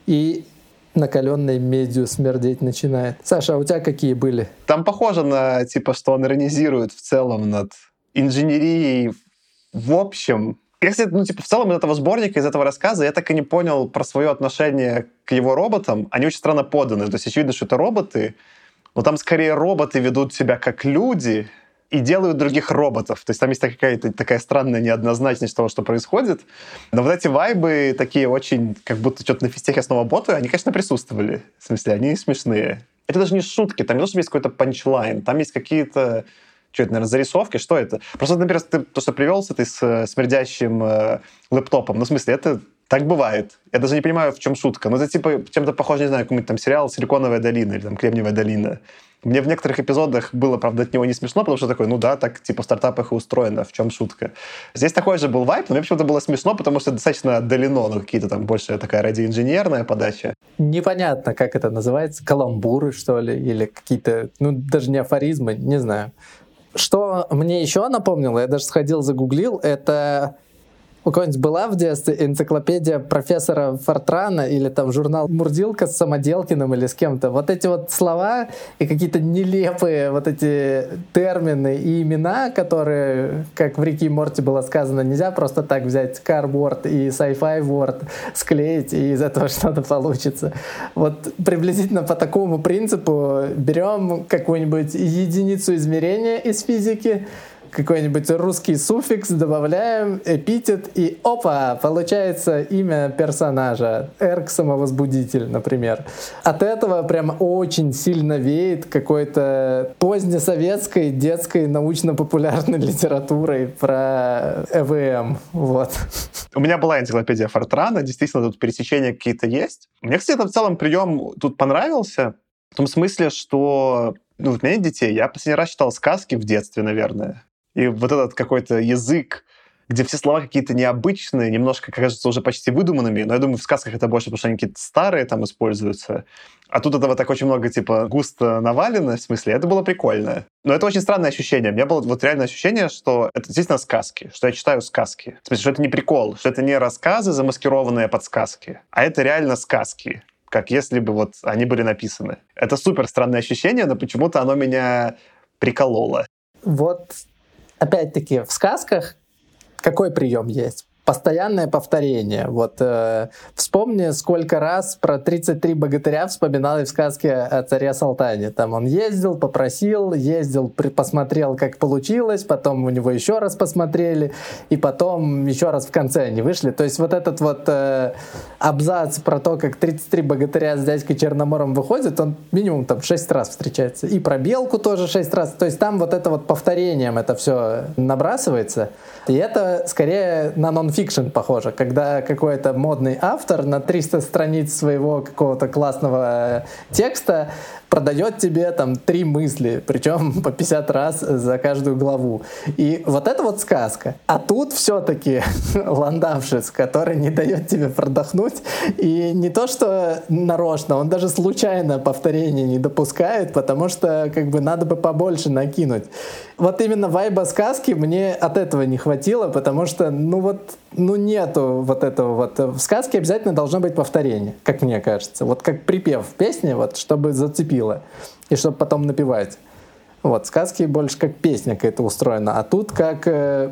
И накаленной медью смердеть начинает. Саша, а у тебя какие были? Там похоже на, типа, что он иронизирует в целом над инженерией в общем. Если, ну, типа, в целом из этого сборника, из этого рассказа я так и не понял про свое отношение к его роботам. Они очень странно поданы. То есть очевидно, что это роботы, но там скорее роботы ведут себя как люди и делают других роботов. То есть там есть какая-то такая странная неоднозначность того, что происходит. Но вот эти вайбы такие очень, как будто что-то на физтехе снова боты, они, конечно, присутствовали. В смысле, они смешные. Это даже не шутки, там не то, что есть какой-то панчлайн, там есть какие-то, что это, наверное, зарисовки, что это? Просто, например, ты, то, что привел с этой с смердящим э, лэптопом, ну, в смысле, это так бывает. Я даже не понимаю, в чем шутка. Но это типа чем-то похоже, не знаю, какой-нибудь там сериал «Силиконовая долина» или там «Кремниевая долина». Мне в некоторых эпизодах было, правда, от него не смешно, потому что такой, ну да, так типа в стартапах и устроено, в чем шутка. Здесь такой же был вайп, но мне почему-то было смешно, потому что достаточно отдалено, ну какие-то там больше такая радиоинженерная подача. Непонятно, как это называется, каламбуры, что ли, или какие-то, ну даже не афоризмы, не знаю. Что мне еще напомнило, я даже сходил, загуглил, это... У кого-нибудь была в детстве энциклопедия профессора Фортрана или там журнал «Мурзилка» с Самоделкиным или с кем-то? Вот эти вот слова и какие-то нелепые вот эти термины и имена, которые, как в «Рике и Морти» было сказано, нельзя просто так взять Carboard и Sci-Fi Word, склеить, и из этого что-то получится. Вот приблизительно по такому принципу берем какую-нибудь единицу измерения из физики, какой-нибудь русский суффикс, добавляем эпитет, и опа, получается имя персонажа. Эрк-самовозбудитель, например. От этого прям очень сильно веет какой-то позднесоветской детской научно-популярной литературой про ЭВМ. Вот. У меня была энциклопедия Фортрана, действительно тут пересечения какие-то есть. Мне, кстати, в целом прием тут понравился, в том смысле, что ну, у меня нет детей, я последний раз читал сказки в детстве, наверное. И вот этот какой-то язык, где все слова какие-то необычные, немножко, кажется, уже почти выдуманными, но я думаю, в сказках это больше, потому что они какие-то старые там используются. А тут этого так очень много, типа, густо навалено, в смысле, это было прикольно. Но это очень странное ощущение. У меня было вот реальное ощущение, что это действительно сказки, что я читаю сказки. В смысле, что это не прикол, что это не рассказы, замаскированные под сказки, а это реально сказки, как если бы вот они были написаны. Это супер странное ощущение, но почему-то оно меня прикололо. Вот опять-таки, в сказках какой прием есть? Постоянное повторение. Вот э, вспомни, сколько раз про тридцать три богатыря вспоминал в сказке о царе Салтане. Там он ездил, попросил, ездил, при, посмотрел, как получилось, потом у него еще раз посмотрели, и потом еще раз в конце они вышли. То есть вот этот вот э, абзац про то, как тридцать три богатыря с дядькой Черномором выходят, он минимум там шесть раз встречается. И про белку тоже шесть раз. То есть там вот это вот повторением это все набрасывается. И это скорее на нон-фикшн похоже, когда какой-то модный автор на триста страниц своего какого-то классного текста продает тебе там три мысли, причем по пятьдесят раз за каждую главу. И вот это вот сказка. А тут все-таки ландавшиц, который не дает тебе продохнуть. И не то, что нарочно, он даже случайно повторение не допускает, потому что как бы надо бы побольше накинуть. Вот именно вайба сказки мне от этого не хватило, потому что, ну вот, ну, нету вот этого вот. В сказке обязательно должно быть повторение, как мне кажется. Вот как припев в песне, вот, чтобы зацепило. И чтобы потом напевать. Вот, сказки больше как песня какая-то устроена. А тут как э,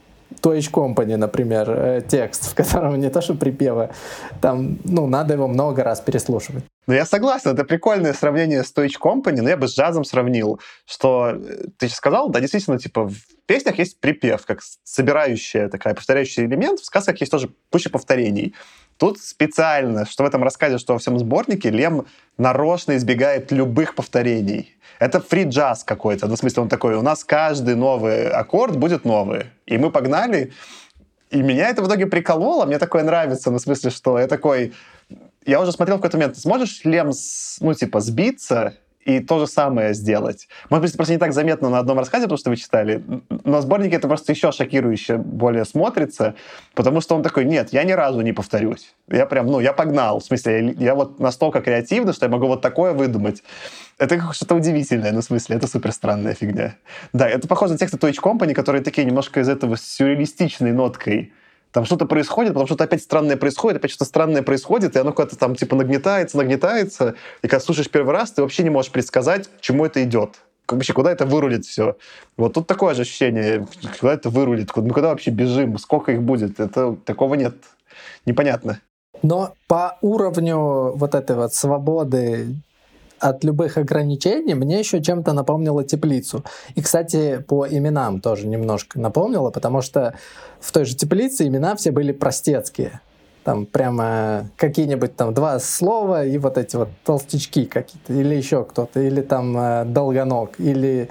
Toy Company, например, э, текст, в котором не то что припевы, там, ну, надо его много раз переслушивать. Ну, я согласен, это прикольное сравнение с Toy Company, но я бы с джазом сравнил, что ты сейчас сказал, да, действительно, типа, в песнях есть припев, как собирающая такая, повторяющий элемент, в сказках есть тоже куча повторений. Тут специально, что в этом рассказе, что во всем сборнике, Лем нарочно избегает любых повторений. Это фри-джаз какой-то, ну, в смысле, он такой, у нас каждый новый аккорд будет новый, и мы погнали, и меня это в итоге прикололо, мне такое нравится, ну, в смысле, что я такой... Я уже смотрел в какой-то момент, ты сможешь, Лем, ну, типа, сбиться и то же самое сделать? Может быть, это просто не так заметно на одном рассказе, потому что вы читали, но в сборнике это просто еще шокирующе более смотрится, потому что он такой, нет, я ни разу не повторюсь. Я прям, ну, я погнал. В смысле, я, я вот настолько креативный, что я могу вот такое выдумать. Это что-то удивительное, ну, в смысле, это супер странная фигня. Да, это похоже на тексты Toy Company, которые такие немножко из этого с сюрреалистичной ноткой. Там что-то происходит, потом что-то опять странное происходит, опять что-то странное происходит, и оно куда-то там типа нагнетается, нагнетается, и когда слушаешь первый раз, ты вообще не можешь предсказать, к чему это идет. Вообще, куда это вырулит все. Вот тут такое же ощущение, куда это вырулит, мы куда вообще бежим, сколько их будет, это, такого нет. Непонятно. Но по уровню вот этой вот свободы от любых ограничений мне еще чем-то напомнило «Теплицу». И, кстати, по именам тоже немножко напомнило, потому что в той же «Теплице» имена все были простецкие. Там прямо какие-нибудь там два слова и вот эти вот толстячки какие-то, или еще кто-то, или там э, долгоног, или...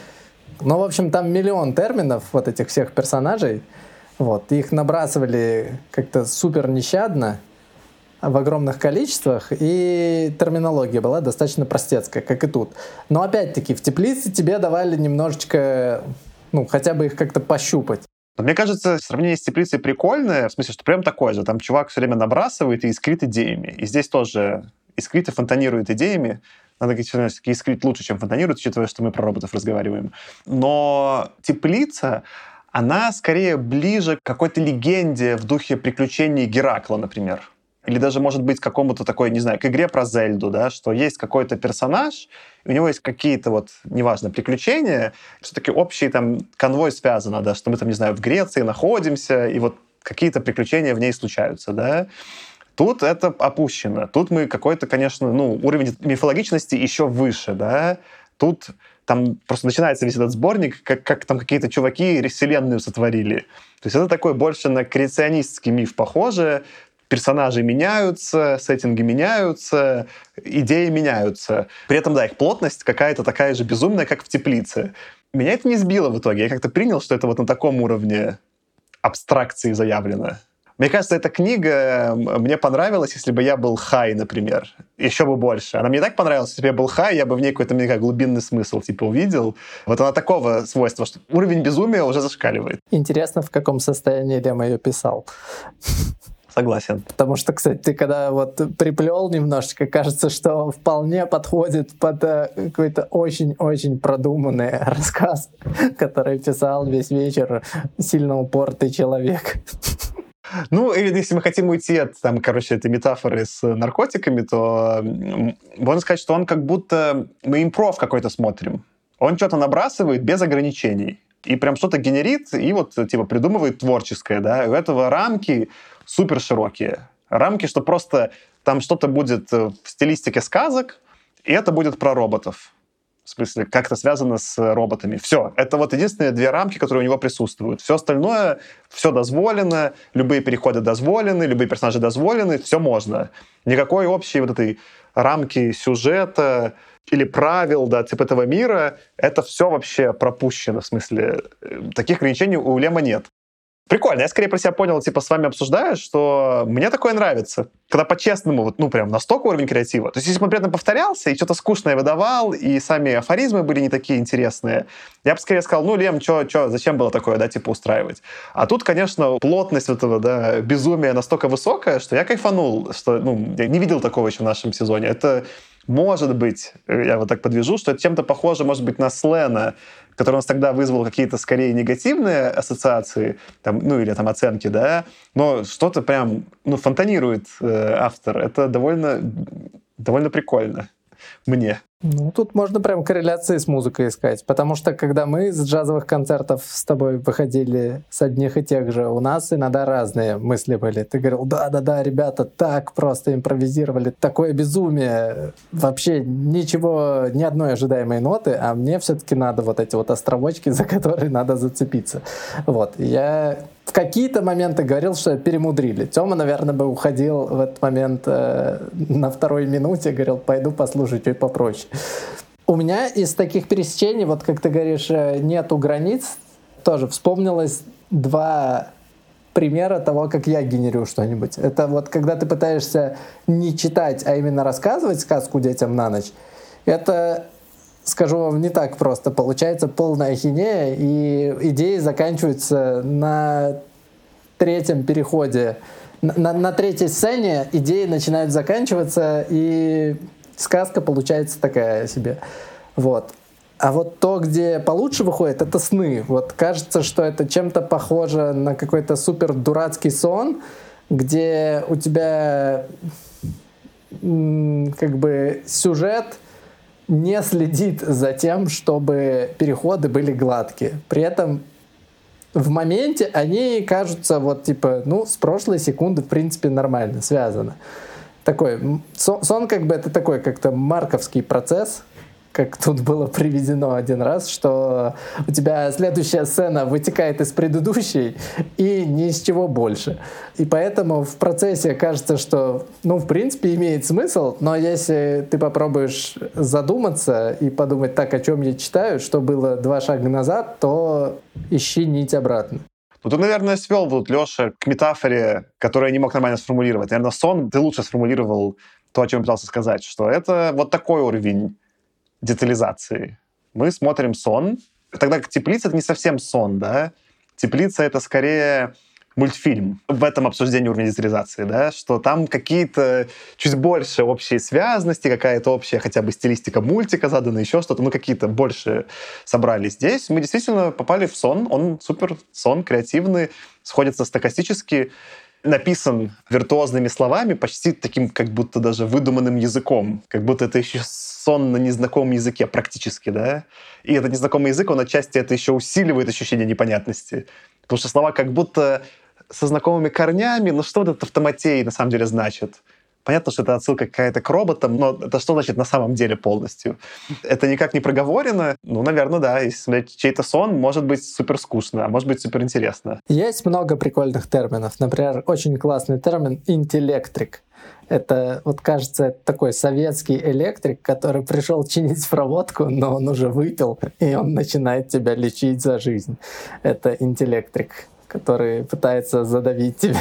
Ну, в общем, там миллион терминов вот этих всех персонажей. Вот. Их набрасывали как-то супер нещадно, в огромных количествах, и терминология была достаточно простецкая, как и тут. Но опять-таки в «Теплице» тебе давали немножечко, ну, хотя бы их как-то пощупать. Мне кажется, сравнение с «Теплицей» прикольное, в смысле, что прям такое же. Там чувак все время набрасывает и искрит идеями. И здесь тоже искрит и фонтанирует идеями. Надо говорить, что все-таки искрит лучше, чем фонтанирует, учитывая, что мы про роботов разговариваем. Но «Теплица», она скорее ближе к какой-то легенде в духе приключений Геракла, например. Или даже, может быть, к какому-то такой, не знаю, к игре про Зельду, да, что есть какой-то персонаж, и у него есть какие-то вот, неважно, приключения, все-таки общий там конвой связано, да, что мы там, не знаю, в Греции находимся, и вот какие-то приключения в ней случаются, да. Тут это опущено. Тут мы какой-то, конечно, ну, уровень мифологичности еще выше, да. Тут там просто начинается весь этот сборник, как, как там какие-то чуваки вселенную сотворили. То есть это такой больше на креационистский миф похоже. Персонажи меняются, сеттинги меняются, идеи меняются. При этом, да, их плотность какая-то такая же безумная, как в «Теплице». Меня это не сбило в итоге. Я как-то принял, что это вот на таком уровне абстракции заявлено. Мне кажется, эта книга мне понравилась, если бы я был хай, например. Еще бы больше. Она мне так понравилась, если бы я был хай, я бы в ней какой-то мне как глубинный смысл типа увидел. Вот она такого свойства, что уровень безумия уже зашкаливает. Интересно, в каком состоянии Лем ее писал. Согласен. Потому что, кстати, ты когда вот приплел немножечко, кажется, что вполне подходит под какой-то очень-очень продуманный рассказ, который писал весь вечер сильно упортый человек. Ну, или если мы хотим уйти от, там, короче, этой метафоры с наркотиками, то можно сказать, что он как будто мы импров какой-то смотрим. Он что-то набрасывает без ограничений. И прям что-то генерит, и вот, типа, придумывает творческое, да. И у этого рамки супер широкие. Рамки, что просто там что-то будет в стилистике сказок, и это будет про роботов. В смысле, как-то связано с роботами. Все. Это вот единственные две рамки, которые у него присутствуют. Все остальное, все дозволено, любые переходы дозволены, любые персонажи дозволены, все можно. Никакой общей вот этой рамки сюжета или правил, да, типа этого мира, это все вообще пропущено. В смысле, таких ограничений у Лема нет. Прикольно. Я скорее про себя понял, типа, с вами обсуждаю, что мне такое нравится. Когда по-честному, вот, ну, прям настолько уровень креатива. То есть, если бы он при этом повторялся и что-то скучное выдавал, и сами афоризмы были не такие интересные, я бы скорее сказал, ну, Лем, чё, чё, зачем было такое, да, типа, устраивать? А тут, конечно, плотность этого, да, безумия настолько высокая, что я кайфанул, что, ну, я не видел такого еще в нашем сезоне. Это Может быть, я вот так подвяжу, что это чем-то похоже, может быть, на Слена, который у нас тогда вызвал какие-то скорее негативные ассоциации, там, ну или там оценки, да, но что-то прям, ну, фонтанирует э, автор. Это довольно, довольно прикольно мне. Ну, тут можно прям корреляции с музыкой искать, потому что когда мы с джазовых концертов с тобой выходили с одних и тех же, у нас иногда разные мысли были. Ты говорил, да-да-да, ребята так просто импровизировали, такое безумие, вообще ничего, ни одной ожидаемой ноты, а мне все-таки надо вот эти вот островочки, за которые надо зацепиться. Вот, я в какие-то моменты говорил, что перемудрили. Тёма, наверное, бы уходил в этот момент э, на второй минуте, говорил, пойду послушаю чуть попроще. У меня из таких пересечений, вот как ты говоришь, нету границ, тоже вспомнилось два примера того, как я генерю что-нибудь. Это вот когда ты пытаешься не читать, а именно рассказывать сказку детям на ночь, это, скажу вам, не так просто. Получается полная ахинея, и идеи заканчиваются на третьем переходе. На, на третьей сцене идеи начинают заканчиваться, и сказка получается такая себе. Вот. А вот то, где получше выходит, это сны. Вот кажется, что это чем-то похоже на какой-то супер дурацкий сон, где у тебя м, как бы сюжет не следит за тем, чтобы переходы были гладкие. При этом в моменте они кажутся вот типа, ну, с прошлой секунды в принципе нормально связано. Такой сон, сон как бы это такой как-то марковский процесс, как тут было приведено один раз, что у тебя следующая сцена вытекает из предыдущей и ни из чего больше. И поэтому в процессе кажется, что, ну, в принципе, имеет смысл, но если ты попробуешь задуматься и подумать, так, о чем я читаю, что было два шага назад, то ищи нить обратно. Ну, ты, наверное, свел тут, Леша, к метафоре, которую я не мог нормально сформулировать. Наверное, сон ты лучше сформулировал то, о чем я пытался сказать, что это вот такой уровень детализации. Мы смотрим сон, тогда как «Теплица» — это не совсем сон, да? «Теплица» — это скорее мультфильм в этом обсуждении уровня детализации, да? Что там какие-то чуть больше общие связности, какая-то общая хотя бы стилистика мультика задана, еще что-то, ну какие-то больше собрались. Здесь мы действительно попали в сон, он супер сон, креативный, сходится стохастически, написан виртуозными словами, почти таким как будто даже выдуманным языком, как будто это еще сон на незнакомом языке практически, да? И этот незнакомый язык, он отчасти это еще усиливает ощущение непонятности, потому что слова как будто со знакомыми корнями, но что этот автоматей на самом деле значит? Понятно, что это отсылка какая-то к роботам, но это что значит на самом деле полностью? Это никак не проговорено. Ну, наверное, да. Если смотреть чей-то сон, может быть супер скучно, а может быть супер интересно. Есть много прикольных терминов. Например, очень классный термин «интеллектрик». Это, вот кажется, это такой советский электрик, который пришел чинить проводку, но он уже выпил, и он начинает тебя лечить за жизнь. Это интеллектрик, который пытается задавить тебя.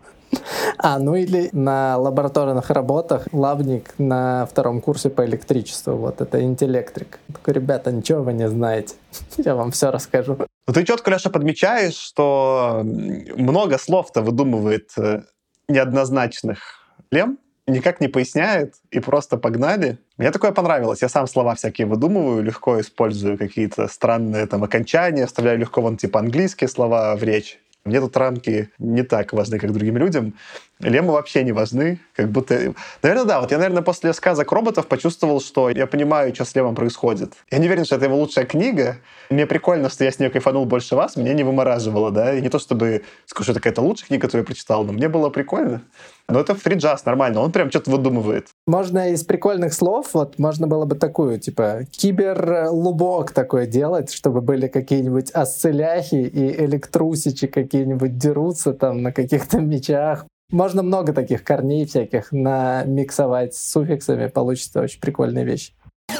А, ну или на лабораторных работах лабник на втором курсе по электричеству. Вот это интеллектрик. Такой, ребята, ничего вы не знаете. Я вам все расскажу. Ну ты четко, Леша, подмечаешь, что много слов-то выдумывает неоднозначных Лем, никак не поясняет, и просто погнали. Мне такое понравилось. Я сам слова всякие выдумываю, легко использую какие-то странные там окончания, вставляю легко вон типа английские слова в речь. Мне тут рамки не так важны, как другим людям. Лемы вообще не важны. Как будто... Наверное, да. Вот я, наверное, после сказок роботов почувствовал, что я понимаю, что с Лемом происходит. Я не уверен, что это его лучшая книга. Мне прикольно, что я с нее кайфанул больше вас. Меня не вымораживало, да. И не то, чтобы сказать, что это какая-то лучшая книга, которую я прочитал, но мне было прикольно. Но это фри-джаз, нормально. Он прям что-то выдумывает. Можно из прикольных слов, вот можно было бы такую, типа, киберлубок такой делать, чтобы были какие-нибудь осцилляхи и электрусичи какие-нибудь дерутся там на каких-то мечах. Можно много таких корней всяких намиксовать с суффиксами, получится очень прикольная вещь.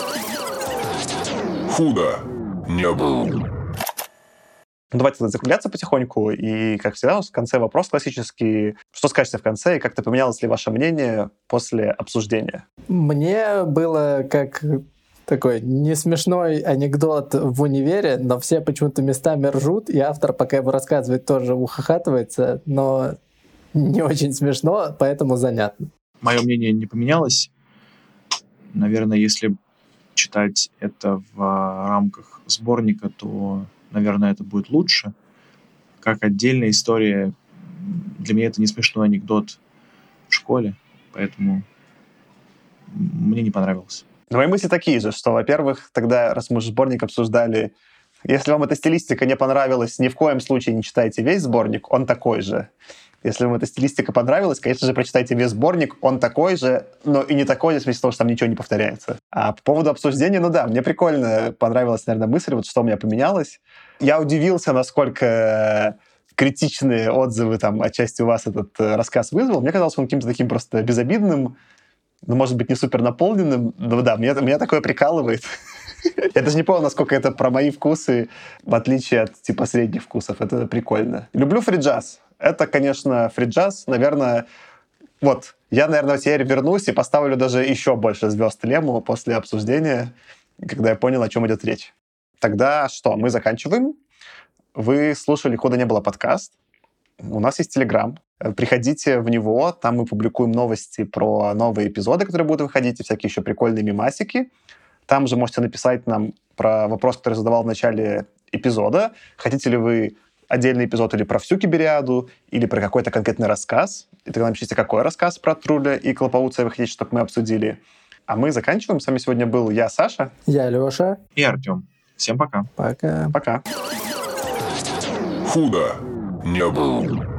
Худо не было. Давайте закругляться потихоньку. И, как всегда, у нас в конце вопрос классический. Что скажете в конце, и как-то поменялось ли ваше мнение после обсуждения? Мне было как такой несмешной анекдот в универе, но все почему-то местами ржут, и автор, пока его рассказывает, тоже ухахатывается, но не очень смешно, поэтому занятно. Мое мнение не поменялось. Наверное, если читать это в рамках сборника, то, наверное, это будет лучше. Как отдельная история, для меня это не смешной анекдот в школе, поэтому мне не понравилось. Ну, мои мысли такие же, что, во-первых, тогда, раз мы сборник обсуждали, если вам эта стилистика не понравилась, ни в коем случае не читайте весь сборник, он такой же. Если вам эта стилистика понравилась, конечно же, прочитайте весь сборник, он такой же, но и не такой, в смысле того, что там ничего не повторяется. А по поводу обсуждения, ну да, мне прикольно понравилась, наверное, мысль, вот что у меня поменялось. Я удивился, насколько критичные отзывы там отчасти у вас этот рассказ вызвал. Мне казалось, он каким-то таким просто безобидным, ну, может быть, не супер наполненным, но да, меня, меня такое прикалывает. Я даже не понял, насколько это про мои вкусы, в отличие от, типа, средних вкусов. Это прикольно. Люблю фри-джаз. Это, конечно, фри-джаз. Наверное, вот, я, наверное, теперь вернусь и поставлю даже еще больше звезд Лему после обсуждения, когда я понял, о чем идет речь. Тогда что, мы заканчиваем. Вы слушали «Худо не было» подкаст. У нас есть Телеграм. Приходите в него, там мы публикуем новости про новые эпизоды, которые будут выходить, и всякие еще прикольные мемасики. Там же можете написать нам про вопрос, который я задавал в начале эпизода. Хотите ли вы отдельный эпизод или про всю Кибериаду, или про какой-то конкретный рассказ. И тогда напишите, какой рассказ про Труля и Клопауца вы хотите, чтобы мы обсудили. А мы заканчиваем. С вами сегодня был я, Саша. Я, Леша. И Артем. Всем пока. Пока. Пока. Худо не было.